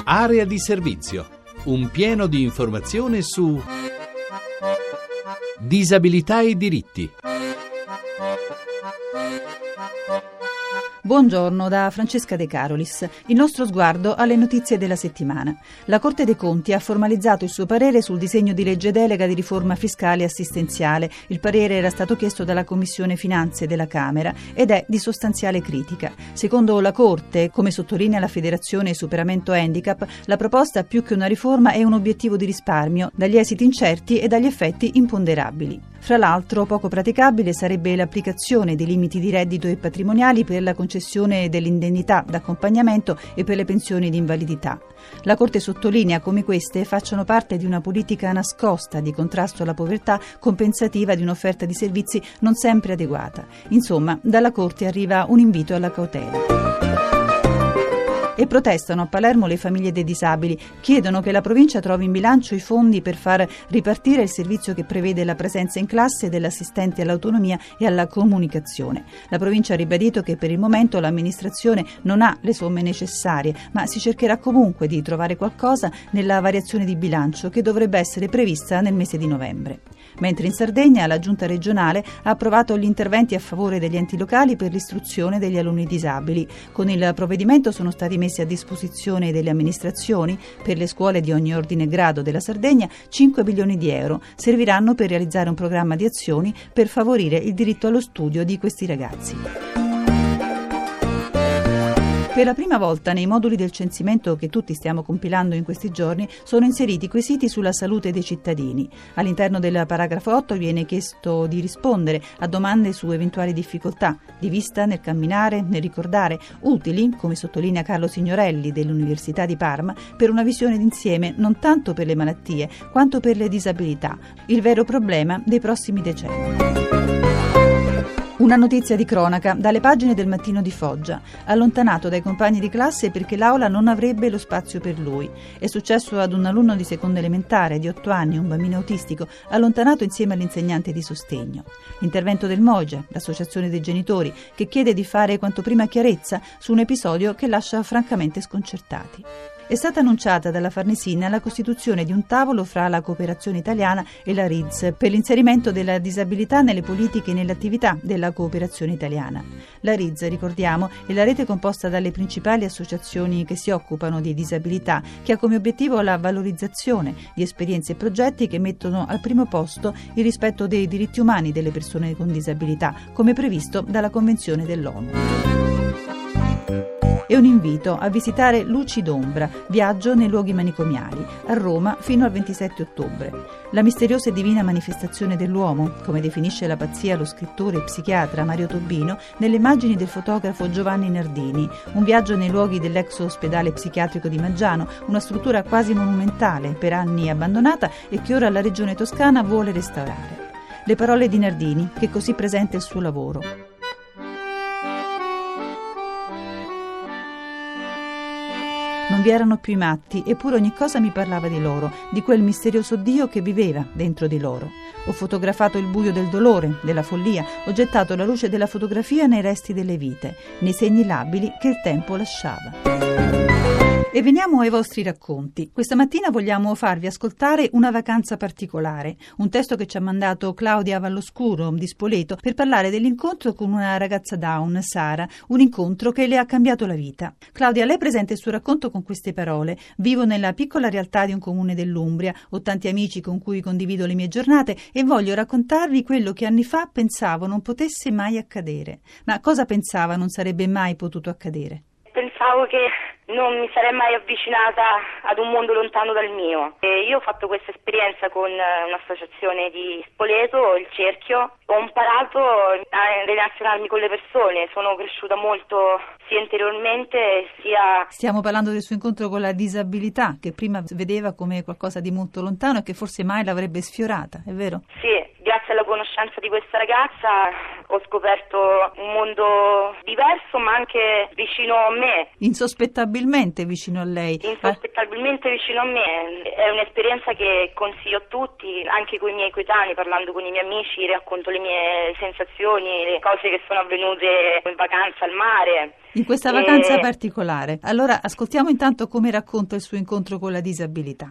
Area di servizio, un pieno di informazione su disabilità e diritti. Buongiorno da Francesca De Carolis. Il nostro sguardo alle notizie della settimana. La Corte dei Conti ha formalizzato il suo parere sul disegno di legge delega di riforma fiscale e assistenziale. Il parere era stato chiesto dalla Commissione Finanze della Camera ed è di sostanziale critica. Secondo la Corte, come sottolinea la Federazione Superamento Handicap, la proposta più che una riforma è un obiettivo di risparmio, dagli esiti incerti e dagli effetti imponderabili. Fra l'altro, poco praticabile sarebbe l'applicazione dei limiti di reddito e patrimoniali per la concessione dell'indennità d'accompagnamento e per le pensioni di invalidità. La Corte sottolinea come queste facciano parte di una politica nascosta di contrasto alla povertà compensativa di un'offerta di servizi non sempre adeguata. Insomma, dalla Corte arriva un invito alla cautela. E protestano a Palermo le famiglie dei disabili, chiedono che la provincia trovi in bilancio i fondi per far ripartire il servizio che prevede la presenza in classe dell'assistente all'autonomia e alla comunicazione. La provincia ha ribadito che per il momento l'amministrazione non ha le somme necessarie, ma si cercherà comunque di trovare qualcosa nella variazione di bilancio che dovrebbe essere prevista nel mese di novembre. Mentre in Sardegna la Giunta regionale ha approvato gli interventi a favore degli enti locali per l'istruzione degli alunni disabili. Con il provvedimento sono stati messi a disposizione delle amministrazioni per le scuole di ogni ordine e grado della Sardegna 5 milioni di euro. Serviranno per realizzare un programma di azioni per favorire il diritto allo studio di questi ragazzi. Per la prima volta nei moduli del censimento che tutti stiamo compilando in questi giorni sono inseriti quesiti sulla salute dei cittadini. All'interno del paragrafo 8 viene chiesto di rispondere a domande su eventuali difficoltà di vista nel camminare, nel ricordare, utili, come sottolinea Carlo Signorelli dell'Università di Parma, per una visione d'insieme non tanto per le malattie quanto per le disabilità, il vero problema dei prossimi decenni. Una notizia di cronaca dalle pagine del Mattino di Foggia. Allontanato dai compagni di classe perché l'aula non avrebbe lo spazio per lui. È successo ad un alunno di seconda elementare di 8 anni, un bambino autistico, allontanato insieme all'insegnante di sostegno. L'intervento del MOGE, l'associazione dei genitori, che chiede di fare quanto prima chiarezza su un episodio che lascia francamente sconcertati. È stata annunciata dalla Farnesina la costituzione di un tavolo fra la cooperazione italiana e la RIDS per l'inserimento della disabilità nelle politiche e nelle attività della cooperazione italiana. La RIDS, ricordiamo, è la rete composta dalle principali associazioni che si occupano di disabilità, che ha come obiettivo la valorizzazione di esperienze e progetti che mettono al primo posto il rispetto dei diritti umani delle persone con disabilità, come previsto dalla Convenzione dell'ONU. E un invito a visitare Luci d'Ombra, viaggio nei luoghi manicomiali, a Roma fino al 27 ottobre. La misteriosa e divina manifestazione dell'uomo, come definisce la pazzia lo scrittore e psichiatra Mario Tobino, nelle immagini del fotografo Giovanni Nardini. Un viaggio nei luoghi dell'ex ospedale psichiatrico di Maggiano, una struttura quasi monumentale, per anni abbandonata e che ora la regione toscana vuole restaurare. Le parole di Nardini, che così presenta il suo lavoro. Non vi erano più i matti, eppure ogni cosa mi parlava di loro, di quel misterioso Dio che viveva dentro di loro. Ho fotografato il buio del dolore, della follia, ho gettato la luce della fotografia nei resti delle vite, nei segni labili che il tempo lasciava. E veniamo ai vostri racconti. Questa mattina vogliamo farvi ascoltare Una vacanza particolare, un testo che ci ha mandato Claudia Valloscuro di Spoleto per parlare dell'incontro con una ragazza Down, Sara, un incontro che le ha cambiato la vita. Claudia, lei presenta il suo racconto con queste parole: vivo nella piccola realtà di un comune dell'Umbria, ho tanti amici con cui condivido le mie giornate e voglio raccontarvi quello che anni fa pensavo non potesse mai accadere. Ma cosa pensava non sarebbe mai potuto accadere? Pensavo che non mi sarei mai avvicinata ad un mondo lontano dal mio. E io ho fatto questa esperienza con un'associazione di Spoleto, il Cerchio. Ho imparato a relazionarmi con le persone, sono cresciuta molto sia interiormente sia... Stiamo parlando del suo incontro con la disabilità, che prima vedeva come qualcosa di molto lontano e che forse mai l'avrebbe sfiorata, è vero? Sì, grazie alla conoscenza conoscenza di questa ragazza ho scoperto un mondo diverso, ma anche vicino a me. Insospettabilmente vicino a lei. Insospettabilmente vicino a me. È un'esperienza che consiglio a tutti, anche con i miei coetanei, parlando con i miei amici, racconto le mie sensazioni, le cose che sono avvenute in vacanza al mare. In questa vacanza particolare. Allora ascoltiamo intanto come racconta il suo incontro con la disabilità.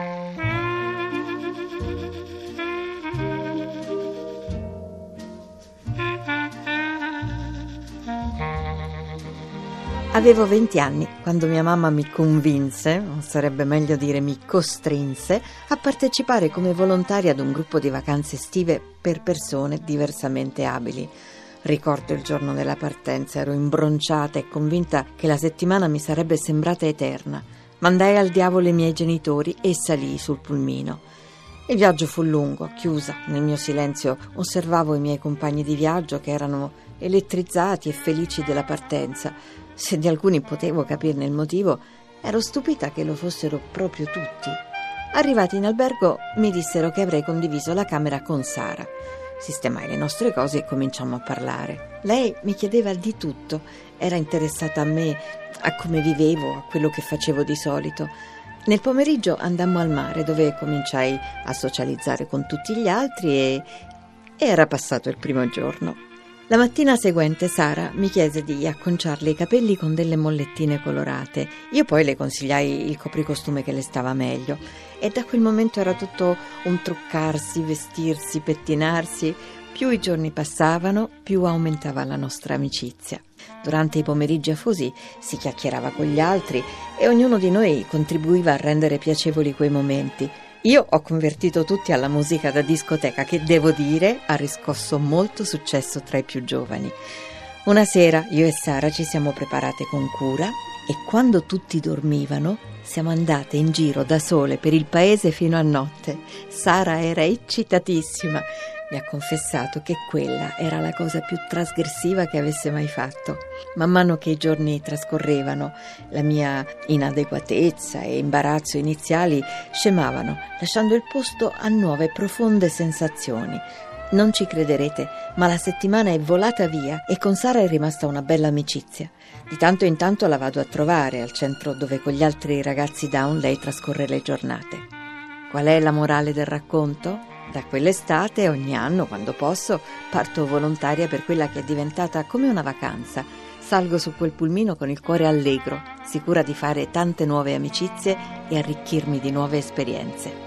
Avevo 20 anni quando mia mamma mi convinse, o sarebbe meglio dire mi costrinse, a partecipare come volontaria ad un gruppo di vacanze estive per persone diversamente abili. Ricordo il giorno della partenza, ero imbronciata e convinta che la settimana mi sarebbe sembrata eterna. Mandai al diavolo i miei genitori e salii sul pulmino. Il viaggio fu lungo, chiusa. Nel mio silenzio osservavo i miei compagni di viaggio che erano elettrizzati e felici della partenza. Se di alcuni potevo capirne il motivo, ero stupita che lo fossero proprio tutti. Arrivati in albergo mi dissero che avrei condiviso la camera con Sara. Sistemai le nostre cose e cominciammo a parlare. Lei mi chiedeva di tutto, era interessata a me, a come vivevo, a quello che facevo di solito. Nel pomeriggio andammo al mare, dove cominciai a socializzare con tutti gli altri e era passato il primo giorno. La mattina seguente Sara mi chiese di acconciarle i capelli con delle mollettine colorate. Io poi le consigliai il copricostume che le stava meglio e da quel momento era tutto un truccarsi, vestirsi, pettinarsi. Più i giorni passavano, più aumentava la nostra amicizia. Durante i pomeriggi afosi si chiacchierava con gli altri e ognuno di noi contribuiva a rendere piacevoli quei momenti. Io ho convertito tutti alla musica da discoteca che, devo dire, ha riscosso molto successo tra i più giovani. Una sera io e Sara ci siamo preparate con cura e quando tutti dormivano siamo andate in giro da sole per il paese fino a notte. Sara era eccitatissima. Mi ha confessato che quella era la cosa più trasgressiva che avesse mai fatto. Man mano che i giorni trascorrevano, la mia inadeguatezza e imbarazzo iniziali scemavano, lasciando il posto a nuove profonde sensazioni. Non ci crederete, ma la settimana è volata via e con Sara è rimasta una bella amicizia. Di tanto in tanto la vado a trovare al centro dove con gli altri ragazzi Down lei trascorre le giornate. Qual è la morale del racconto? Da quell'estate, ogni anno, quando posso, parto volontaria per quella che è diventata come una vacanza. Salgo su quel pulmino con il cuore allegro, sicura di fare tante nuove amicizie e arricchirmi di nuove esperienze.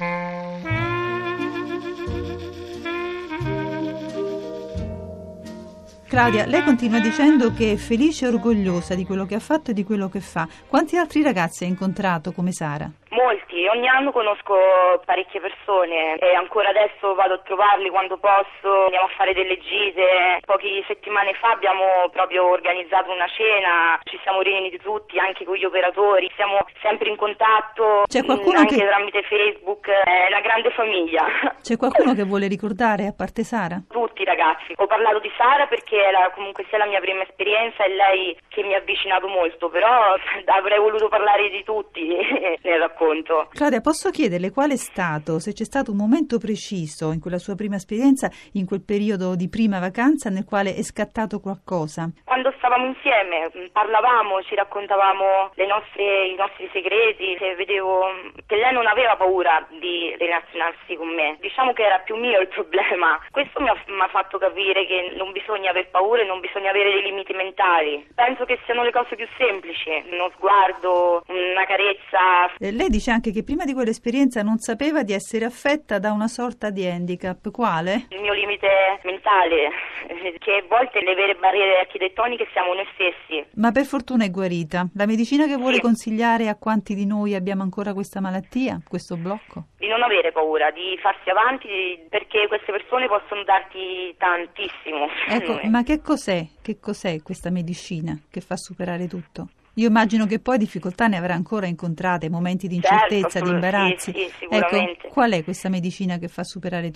Claudia, lei continua dicendo che è felice e orgogliosa di quello che ha fatto e di quello che fa. Quanti altri ragazzi ha incontrato come Sara? Molti, ogni anno conosco parecchie persone e ancora adesso vado a trovarli quando posso, andiamo a fare delle gite. Poche settimane fa abbiamo proprio organizzato una cena, ci siamo riuniti tutti, anche con gli operatori, siamo sempre in contatto, C'è qualcuno anche che... tramite Facebook, è una grande famiglia. C'è qualcuno che vuole ricordare, a parte Sara? Tutti i ragazzi, ho parlato di Sara perché era comunque sia la mia prima esperienza e lei che mi ha avvicinato molto, però avrei voluto parlare di tutti nel racconto. Claudia, posso chiederle qual è stato, se c'è stato un momento preciso in quella sua prima esperienza, in quel periodo di prima vacanza nel quale è scattato qualcosa? Quando stavamo insieme, parlavamo, ci raccontavamo i nostri segreti, vedevo che lei non aveva paura di relazionarsi con me. Diciamo che era più mio il problema. Questo mi ha fatto capire che non bisogna aver paura e non bisogna avere dei limiti mentali. Penso che siano le cose più semplici, uno sguardo, una carezza. Lei dice anche che prima di quell'esperienza non sapeva di essere affetta da una sorta di handicap. Quale? Il mio limite mentale, che a volte le vere barriere architettoniche siamo noi stessi. Ma per fortuna è guarita. La medicina che vuole consigliare a quanti di noi abbiamo ancora questa malattia, questo blocco? Di non avere paura, di farsi avanti, perché queste persone possono darti tantissimo. Ecco, ma che cos'è? Che cos'è questa medicina che fa superare tutto? Io immagino che poi difficoltà ne avrà ancora incontrate, momenti di incertezza, di imbarazzi. Sì, sicuramente. Ecco, qual è questa medicina che fa superare tutto?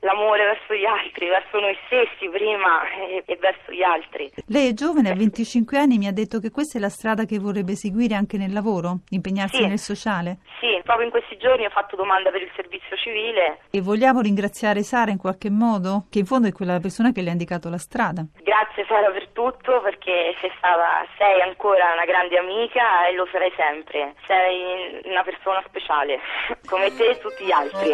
l'amore verso gli altri, verso noi stessi prima e verso gli altri. Lei è giovane, a 25 anni, mi ha detto che questa è la strada che vorrebbe seguire anche nel lavoro, impegnarsi nel sociale. Sì, proprio in questi giorni ho fatto domanda per il servizio civile. E vogliamo ringraziare Sara in qualche modo, che in fondo è quella persona che le ha indicato la strada. Grazie Sara per tutto, perché sei ancora una grande amica e lo sarai sempre. Sei una persona speciale, come te e tutti gli altri.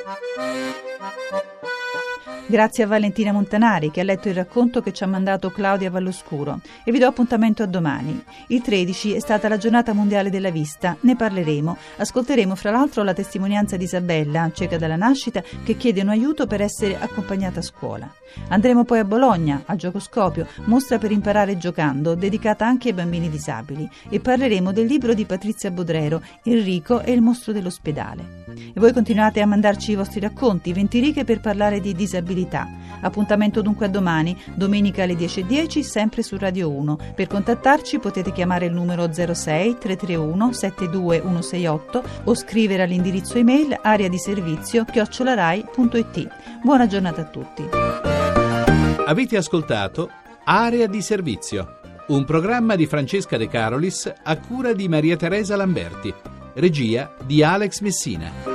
Grazie a Valentina Montanari che ha letto il racconto che ci ha mandato Claudia Valloscuro e vi do appuntamento a domani. Il 13 è stata la giornata mondiale della vista, ne parleremo. Ascolteremo fra l'altro la testimonianza di Isabella, cieca dalla nascita, che chiede un aiuto per essere accompagnata a scuola. Andremo poi a Bologna, al Giocoscopio, mostra per imparare giocando, dedicata anche ai bambini disabili, e parleremo del libro di Patrizia Bodrero, Enrico e il mostro dell'ospedale. E voi continuate a mandarci i vostri racconti, 20 righe per parlare di disabilità. Appuntamento dunque a domani, domenica alle 10:10, sempre su Radio 1. Per contattarci potete chiamare il numero 06 331 72168 o scrivere all'indirizzo email areadiservizio@rai.it. Buona giornata a tutti. Avete ascoltato Area di Servizio, un programma di Francesca De Carolis a cura di Maria Teresa Lamberti, regia di Alex Messina.